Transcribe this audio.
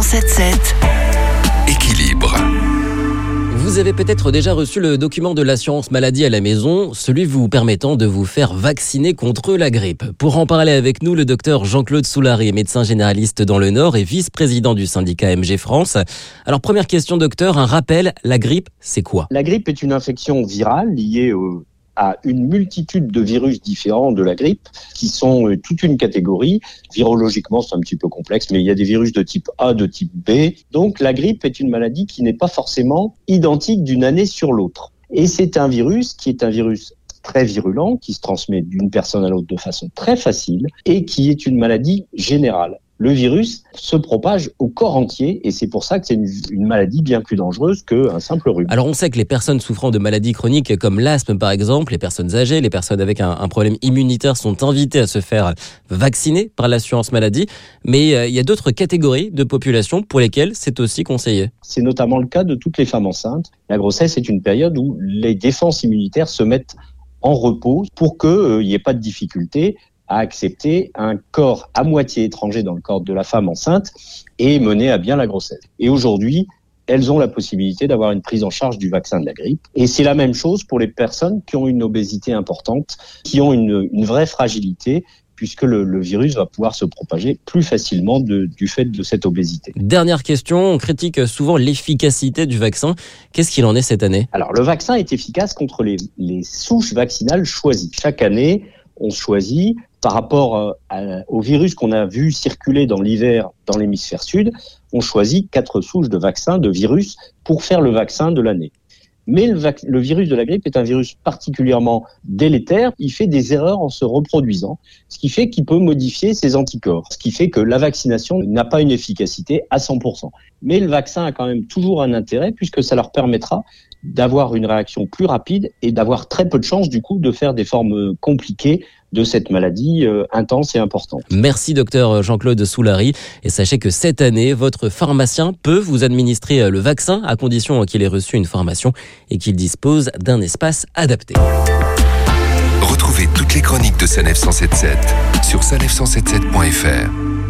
177 Équilibre. Vous avez peut-être déjà reçu le document de l'assurance maladie à la maison, celui vous permettant de vous faire vacciner contre la grippe. Pour en parler avec nous, le docteur Jean-Claude Soulary, médecin généraliste dans le Nord et vice-président du syndicat MG France. Alors première question docteur, un rappel, la grippe, c'est quoi ? La grippe est une infection virale liée à une multitude de virus différents de la grippe qui sont toute une catégorie. Virologiquement, c'est un petit peu complexe, mais il y a des virus de type A, de type B. Donc la grippe est une maladie qui n'est pas forcément identique d'une année sur l'autre. Et c'est un virus qui est un virus très virulent, qui se transmet d'une personne à l'autre de façon très facile et qui est une maladie générale. Le virus se propage au corps entier et c'est pour ça que c'est une maladie bien plus dangereuse qu'un simple rhume. Alors on sait que les personnes souffrant de maladies chroniques comme l'asthme par exemple, les personnes âgées, les personnes avec un problème immunitaire sont invitées à se faire vacciner par l'assurance maladie, mais il y a d'autres catégories de population pour lesquelles c'est aussi conseillé. C'est notamment le cas de toutes les femmes enceintes. La grossesse est une période où les défenses immunitaires se mettent en repos pour qu'il n'y ait pas de difficulté à accepter un corps à moitié étranger dans le corps de la femme enceinte et mener à bien la grossesse. Et aujourd'hui, elles ont la possibilité d'avoir une prise en charge du vaccin de la grippe. Et c'est la même chose pour les personnes qui ont une obésité importante, qui ont une vraie fragilité, puisque le virus va pouvoir se propager plus facilement du fait de cette obésité. Dernière question, on critique souvent l'efficacité du vaccin. Qu'est-ce qu'il en est cette année ? Alors, le vaccin est efficace contre les souches vaccinales choisies. Chaque année, on choisit par rapport au virus qu'on a vu circuler dans l'hiver dans l'hémisphère sud, on choisit 4 souches de vaccins, de virus, pour faire le vaccin de l'année. Mais le virus de la grippe est un virus particulièrement délétère. Il fait des erreurs en se reproduisant, ce qui fait qu'il peut modifier ses anticorps, ce qui fait que la vaccination n'a pas une efficacité à 100%. Mais le vaccin a quand même toujours un intérêt puisque ça leur permettra d'avoir une réaction plus rapide et d'avoir très peu de chances du coup de faire des formes compliquées de cette maladie intense et importante. Merci docteur Jean-Claude Soulary et sachez que cette année, votre pharmacien peut vous administrer le vaccin à condition qu'il ait reçu une formation et qu'il dispose d'un espace adapté. Retrouvez toutes les chroniques de Sanef 177 sur sanef177.fr.